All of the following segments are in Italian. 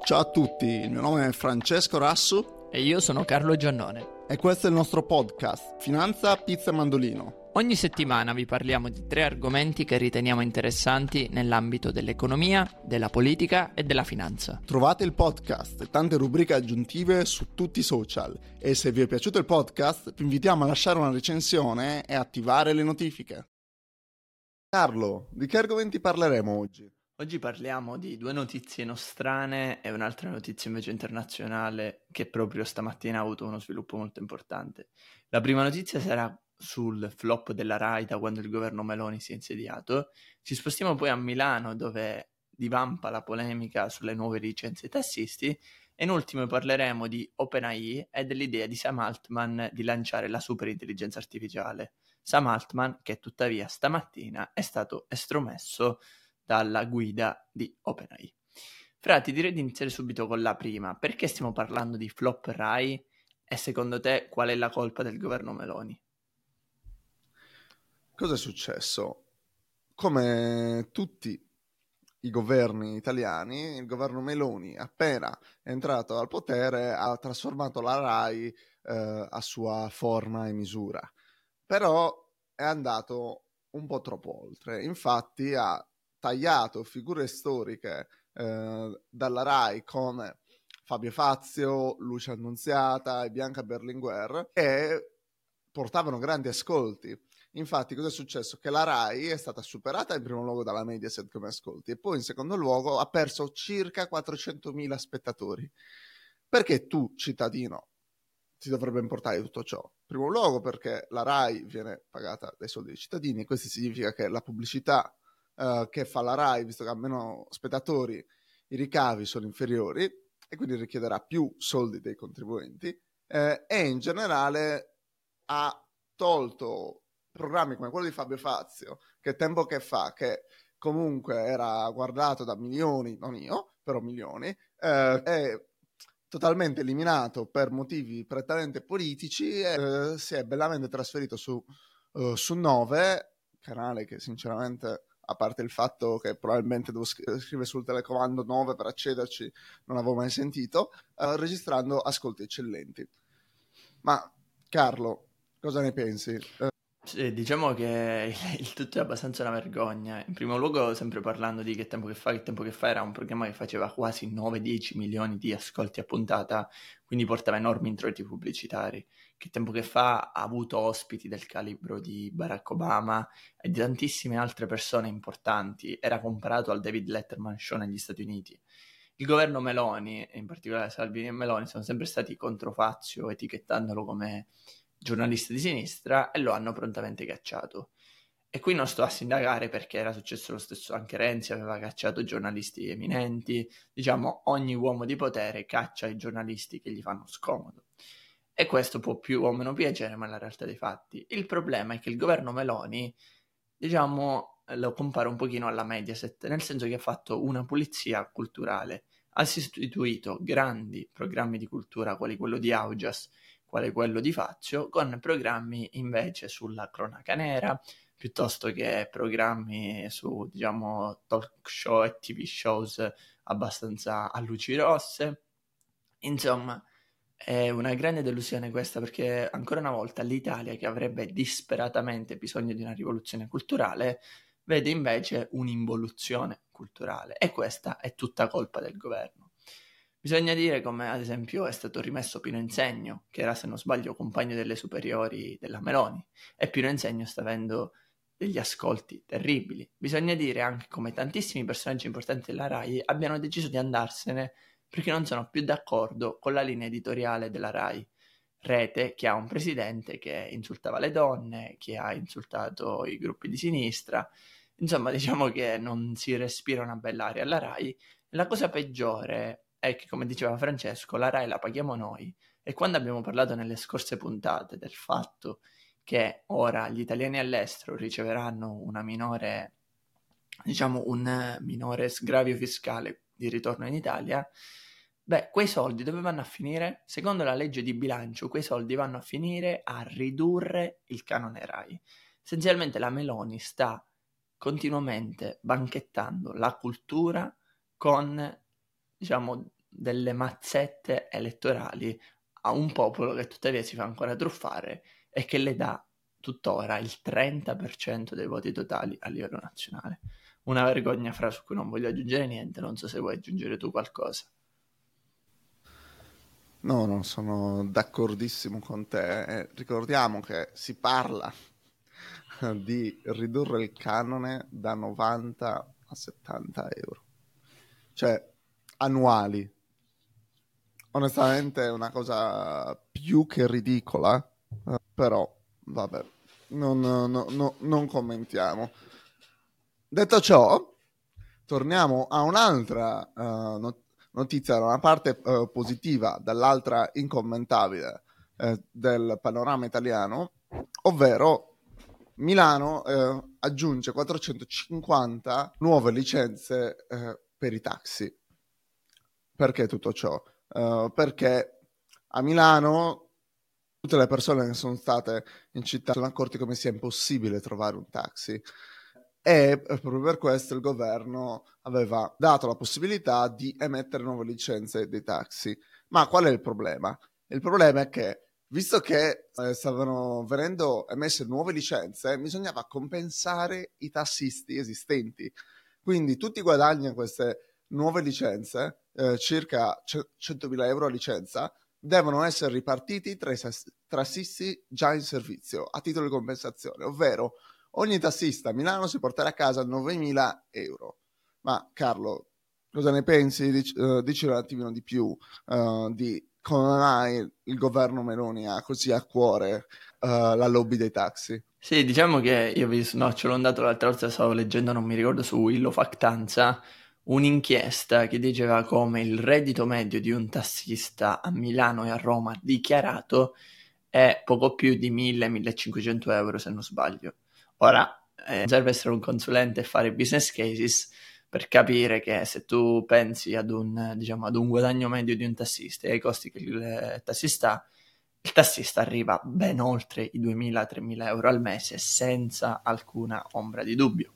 Ciao a tutti, il mio nome è Francesco Rassu e io sono Carlo Giannone. E questo è il nostro podcast Finanza, Pizza e Mandolino. Ogni settimana vi parliamo di 3 argomenti che riteniamo interessanti nell'ambito dell'economia, della politica e della finanza. Trovate il podcast e tante rubriche aggiuntive su tutti i social e se vi è piaciuto il podcast vi invitiamo a lasciare una recensione e attivare le notifiche. Carlo, di che argomenti parleremo oggi? Oggi parliamo di 2 notizie nostrane e un'altra notizia invece internazionale che proprio stamattina ha avuto uno sviluppo molto importante. La prima notizia sarà sul flop della Rai da quando il governo Meloni si è insediato. Ci spostiamo poi a Milano dove divampa la polemica sulle nuove licenze ai tassisti e in ultimo parleremo di OpenAI e dell'idea di Sam Altman di lanciare la superintelligenza artificiale. Sam Altman che tuttavia stamattina è stato estromesso dalla guida di OpenAI. Fra, ti direi di iniziare subito con la prima. Perché stiamo parlando di flop Rai e secondo te qual è la colpa del governo Meloni? Cosa è successo? Come tutti i governi italiani, il governo Meloni, appena è entrato al potere, ha trasformato la Rai a sua forma e misura. Però è andato un po' troppo oltre. Infatti ha tagliato figure storiche dalla Rai come Fabio Fazio, Lucia Annunziata e Bianca Berlinguer, che portavano grandi ascolti. Infatti cosa è successo? Che la Rai è stata superata in primo luogo dalla Mediaset come ascolti e poi in secondo luogo ha perso circa 400.000 spettatori. Perché tu, cittadino, ti dovrebbe importare tutto ciò? In primo luogo perché la Rai viene pagata dai soldi dei cittadini e questo significa che la pubblicità che fa la Rai, visto che ha meno spettatori, i ricavi sono inferiori e quindi richiederà più soldi dei contribuenti e in generale ha tolto programmi come quello di Fabio Fazio, che tempo che fa, che comunque era guardato da milioni, non io, però milioni, è totalmente eliminato per motivi prettamente politici e si è bellamente trasferito su 9, canale che sinceramente, a parte il fatto che probabilmente devo scrivere sul telecomando 9 per accederci, non avevo mai sentito, registrando ascolti eccellenti. Ma Carlo, cosa ne pensi? Sì, diciamo che il tutto è abbastanza una vergogna. In primo luogo, sempre parlando di Che tempo che fa era un programma che faceva quasi 9-10 milioni di ascolti a puntata, quindi portava enormi introiti pubblicitari. Che tempo che fa ha avuto ospiti del calibro di Barack Obama e di tantissime altre persone importanti. Era comparato al David Letterman Show negli Stati Uniti. Il governo Meloni, e in particolare Salvini e Meloni, sono sempre stati contro Fazio, etichettandolo come giornalista di sinistra e lo hanno prontamente cacciato. E qui non sto a sindacare perché era successo lo stesso, anche Renzi aveva cacciato giornalisti eminenti, diciamo ogni uomo di potere caccia i giornalisti che gli fanno scomodo. E questo può più o meno piacere, ma è la realtà dei fatti. Il problema è che il governo Meloni, diciamo, lo compara un pochino alla Mediaset, nel senso che ha fatto una pulizia culturale, ha sostituito grandi programmi di cultura quali quello di Augias, quale quello di Fazio, con programmi invece sulla cronaca nera, piuttosto che programmi su, diciamo, talk show e TV shows abbastanza a luci rosse. Insomma, è una grande delusione questa perché ancora una volta l'Italia, che avrebbe disperatamente bisogno di una rivoluzione culturale, vede invece un'involuzione culturale e questa è tutta colpa del governo. Bisogna dire come ad esempio è stato rimesso Pino Insegno, che era se non sbaglio compagno delle superiori della Meloni, e Pino Insegno sta avendo degli ascolti terribili. Bisogna dire anche come tantissimi personaggi importanti della Rai abbiano deciso di andarsene perché non sono più d'accordo con la linea editoriale della Rai. Rete che ha un presidente che insultava le donne, che ha insultato i gruppi di sinistra, insomma diciamo che non si respira una bella aria alla Rai. La cosa peggiore è che, come diceva Francesco, la Rai la paghiamo noi e quando abbiamo parlato nelle scorse puntate del fatto che ora gli italiani all'estero riceveranno una minore, diciamo un minore sgravio fiscale di ritorno in Italia, beh, quei soldi dove vanno a finire? Secondo la legge di bilancio, quei soldi vanno a finire a ridurre il canone Rai. Essenzialmente la Meloni sta continuamente banchettando la cultura con, diciamo, delle mazzette elettorali a un popolo che tuttavia si fa ancora truffare e che le dà tuttora il 30% dei voti totali a livello nazionale. Una vergogna, Fra, su cui non voglio aggiungere niente, non so se vuoi aggiungere tu qualcosa. No, non sono d'accordissimo con te. Ricordiamo che si parla di ridurre il canone da 90 a 70 euro, cioè annuali. Onestamente è una cosa più che ridicola, però vabbè, non commentiamo. Detto ciò, torniamo a un'altra notizia, da una parte positiva, dall'altra incommentabile del panorama italiano, ovvero Milano aggiunge 450 nuove licenze per i taxi. Perché tutto ciò? Perché a Milano tutte le persone che sono state in città sono accorti come sia impossibile trovare un taxi e proprio per questo il governo aveva dato la possibilità di emettere nuove licenze dei taxi. Ma qual è il problema? Il problema è che, visto che stavano venendo emesse nuove licenze, bisognava compensare i tassisti esistenti. Quindi tutti i guadagni a queste nuove licenze, circa 100.000 euro a licenza, devono essere ripartiti tra i tassisti già in servizio a titolo di compensazione, ovvero ogni tassista a Milano si porterà a casa 9.000 euro. Ma Carlo, cosa ne pensi? Dici un attimino di più di come mai il governo Meloni ha così a cuore la lobby dei taxi. Sì, diciamo che io vi no, ce l'ho dato l'altra volta, stavo leggendo, non mi ricordo, su Illo Factanza, un'inchiesta che diceva come il reddito medio di un tassista a Milano e a Roma dichiarato è poco più di 1.000-1.500 euro, se non sbaglio. Ora, non serve essere un consulente e fare business cases per capire che se tu pensi ad un, diciamo, ad un guadagno medio di un tassista e ai costi che il tassista arriva ben oltre i 2.000-3.000 euro al mese senza alcuna ombra di dubbio.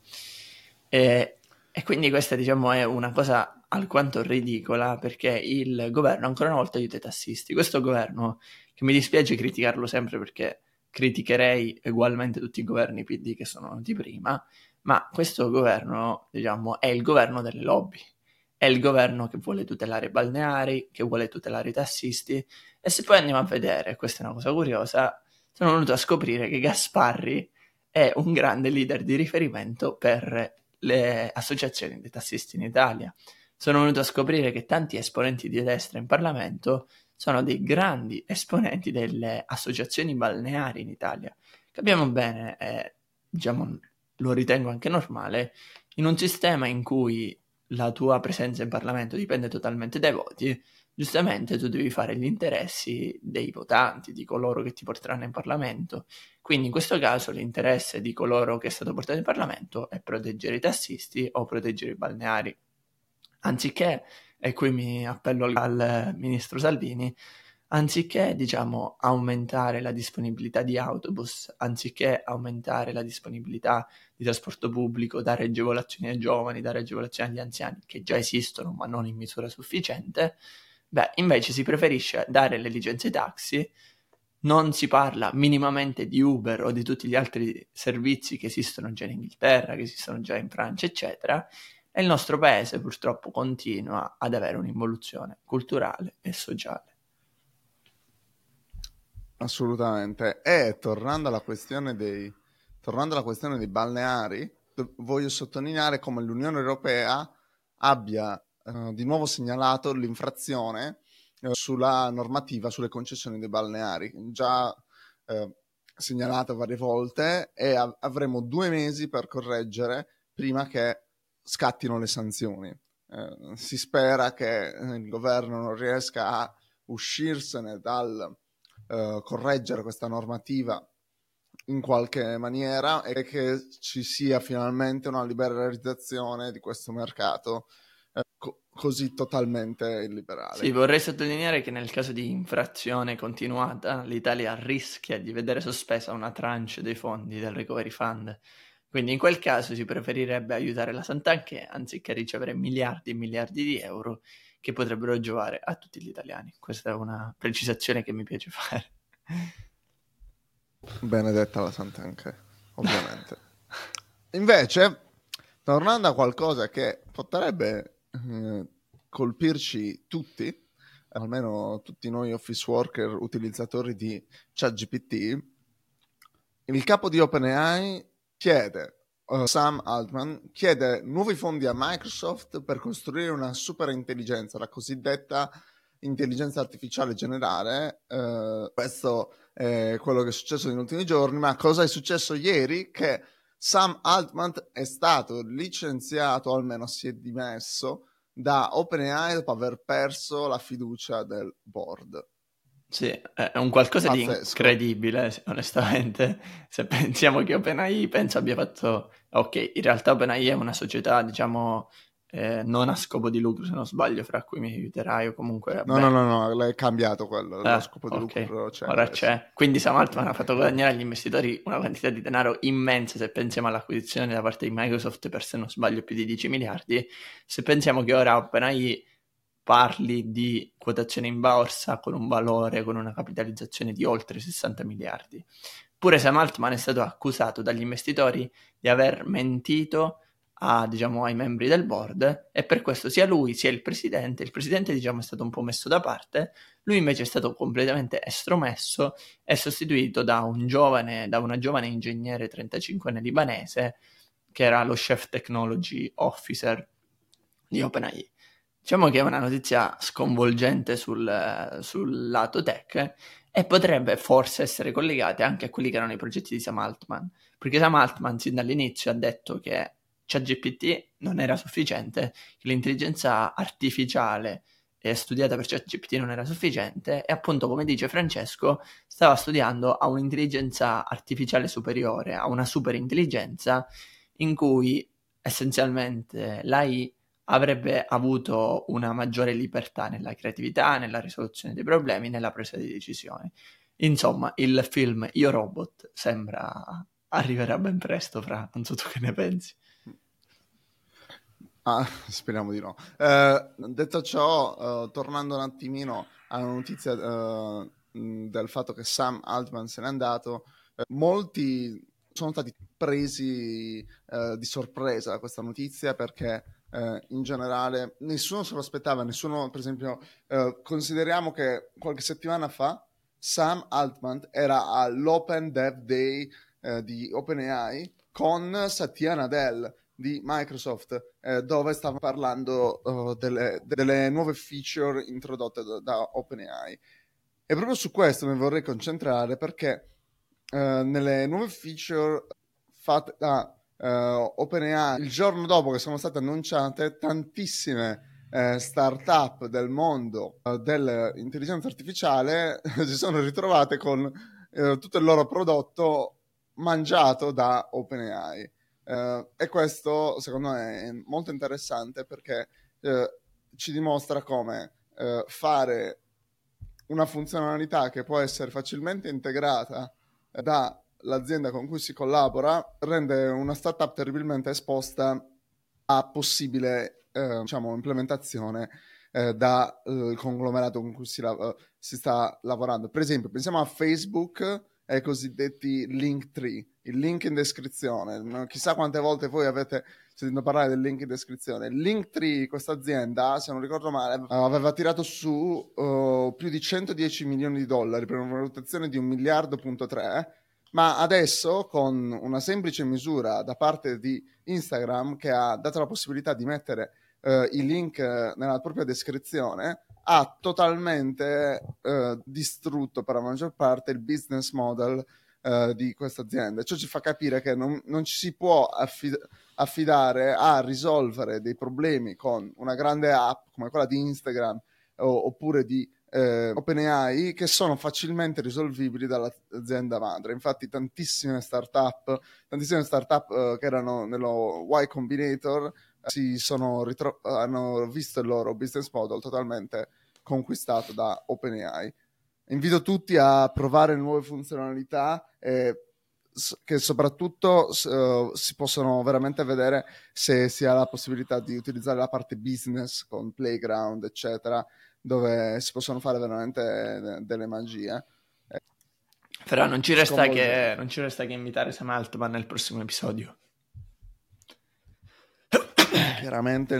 E quindi questa, diciamo, è una cosa alquanto ridicola, perché il governo ancora una volta aiuta i tassisti. Questo governo, che mi dispiace criticarlo sempre perché criticherei ugualmente tutti i governi PD che sono venuti prima, ma questo governo, diciamo, è il governo delle lobby. È il governo che vuole tutelare i balneari, che vuole tutelare i tassisti. E se poi andiamo a vedere, questa è una cosa curiosa, sono venuto a scoprire che Gasparri è un grande leader di riferimento per le associazioni dei tassisti in Italia. Sono venuto a scoprire che tanti esponenti di destra in Parlamento sono dei grandi esponenti delle associazioni balneari in Italia. Capiamo bene, diciamo, lo ritengo anche normale, in un sistema in cui la tua presenza in Parlamento dipende totalmente dai voti, giustamente tu devi fare gli interessi dei votanti, di coloro che ti porteranno in Parlamento. Quindi in questo caso l'interesse di coloro che è stato portato in Parlamento è proteggere i tassisti o proteggere i balneari. Anziché, e qui mi appello al ministro Salvini, anziché, diciamo, aumentare la disponibilità di autobus, anziché aumentare la disponibilità di trasporto pubblico, dare agevolazioni ai giovani, dare agevolazioni agli anziani, che già esistono ma non in misura sufficiente, beh, invece si preferisce dare le licenze ai taxi, non si parla minimamente di Uber o di tutti gli altri servizi che esistono già in Inghilterra, che esistono già in Francia, eccetera, e il nostro paese purtroppo continua ad avere un'involuzione culturale e sociale. Assolutamente. E tornando alla questione dei balneari, voglio sottolineare come l'Unione Europea abbia di nuovo segnalato l'infrazione sulla normativa sulle concessioni dei balneari, già segnalata varie volte, e avremo 2 mesi per correggere prima che scattino le sanzioni. Si spera che il governo non riesca a uscirsene dal correggere questa normativa in qualche maniera e che ci sia finalmente una liberalizzazione di questo mercato così totalmente illiberale. Sì, vorrei sottolineare che nel caso di infrazione continuata l'Italia rischia di vedere sospesa una tranche dei fondi del Recovery Fund. Quindi in quel caso si preferirebbe aiutare la Santanchè anziché ricevere miliardi e miliardi di euro che potrebbero giovare a tutti gli italiani. Questa è una precisazione che mi piace fare. Benedetta la Santanchè, ovviamente. Invece, tornando a qualcosa che potrebbe colpirci tutti, almeno tutti noi office worker utilizzatori di ChatGPT, il capo di OpenAI Sam Altman chiede nuovi fondi a Microsoft per costruire una super intelligenza, la cosiddetta intelligenza artificiale generale. Questo è quello che è successo negli ultimi giorni, ma cosa è successo ieri? Che Sam Altman è stato licenziato, o almeno si è dimesso, da OpenAI dopo aver perso la fiducia del board. Sì, è un qualcosa di Pazzesco. incredibile, onestamente. Se pensiamo che OpenAI penso abbia fatto... Ok, in realtà OpenAI è una società, diciamo, non a scopo di lucro, se non sbaglio, fra cui mi aiuterai o comunque... No, l'hai cambiato quello, lo scopo di ok, lucro c'è ora adesso. c'è. Quindi Sam Altman ha fatto guadagnare agli investitori una quantità di denaro immensa, se pensiamo all'acquisizione da parte di Microsoft per, se non sbaglio, più di 10 miliardi. Se pensiamo che ora OpenAI parli di quotazione in borsa con un valore, con una capitalizzazione di oltre 60 miliardi. Pure Sam Altman è stato accusato dagli investitori di aver mentito diciamo, ai membri del board, e per questo sia lui sia il presidente diciamo, è stato un po' messo da parte, lui invece è stato completamente estromesso e sostituito da una giovane ingegnere 35enne libanese che era lo Chief Technology Officer di OpenAI. Diciamo che è una notizia sconvolgente sul lato tech e potrebbe forse essere collegata anche a quelli che erano i progetti di Sam Altman, perché Sam Altman sin dall'inizio ha detto che ChatGPT non era sufficiente, che l'intelligenza artificiale studiata per ChatGPT non era sufficiente e appunto, come dice Francesco, stava studiando a un'intelligenza artificiale superiore, a una superintelligenza in cui essenzialmente l'AI avrebbe avuto una maggiore libertà nella creatività, nella risoluzione dei problemi, nella presa di decisioni. Insomma, il film Io Robot sembra arriverà ben presto, Fra, non so tu che ne pensi. Speriamo di no. Detto ciò, tornando un attimino alla notizia del fatto che Sam Altman se n'è andato, molti sono stati presi di sorpresa da questa notizia perché in generale nessuno se lo aspettava, nessuno, per esempio, consideriamo che qualche settimana fa Sam Altman era all'Open Dev Day di OpenAI con Satya Nadella di Microsoft, dove stava parlando delle nuove feature introdotte da OpenAI. E proprio su questo mi vorrei concentrare perché nelle nuove feature fatte da OpenAI, il giorno dopo che sono state annunciate, tantissime startup del mondo dell'intelligenza artificiale si sono ritrovate con tutto il loro prodotto mangiato da OpenAI. E questo secondo me è molto interessante perché ci dimostra come fare una funzionalità che può essere facilmente integrata dall'azienda con cui si collabora rende una startup terribilmente esposta a possibile diciamo, implementazione dal conglomerato con cui si sta lavorando. Per esempio, pensiamo a Facebook e ai cosiddetti Linktree, il link in descrizione. Chissà quante volte voi avete sentito parlare del link in descrizione. Linktree, questa azienda, se non ricordo male, aveva tirato su più di 110 milioni di dollari per una valutazione di 1,3 miliardi, ma adesso con una semplice misura da parte di Instagram che ha dato la possibilità di mettere i link nella propria descrizione, ha totalmente distrutto per la maggior parte il business model di questa azienda. Ciò ci fa capire che non ci si può affidare a risolvere dei problemi con una grande app come quella di Instagram oppure di OpenAI, che sono facilmente risolvibili dall'azienda madre. Infatti tantissime startup che erano nello Y Combinator hanno visto il loro business model totalmente conquistato da OpenAI. Invito tutti a provare nuove funzionalità e che soprattutto si possono veramente vedere se si ha la possibilità di utilizzare la parte business con Playground, eccetera, dove si possono fare veramente delle magie. Però non ci resta che invitare Sam Altman nel prossimo episodio. Chiaramente il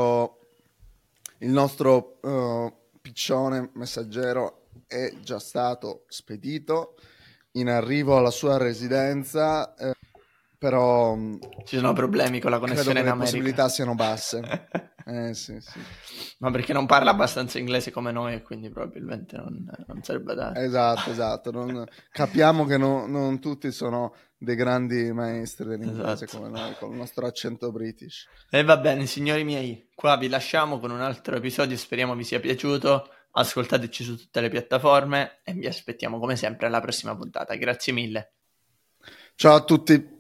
nostro piccione messaggero è già stato spedito in arrivo alla sua residenza, però ci sono problemi con la connessione in America. Le possibilità siano basse. Sì. Ma perché non parla abbastanza inglese come noi e quindi probabilmente non sarebbe dato. Esatto. Capiamo che non tutti sono dei grandi maestri dell'inglese come noi, con il nostro accento british. E va bene, signori miei, qua vi lasciamo con un altro episodio, speriamo vi sia piaciuto. Ascoltateci su tutte le piattaforme e vi aspettiamo come sempre alla prossima puntata. Grazie mille. Ciao a tutti.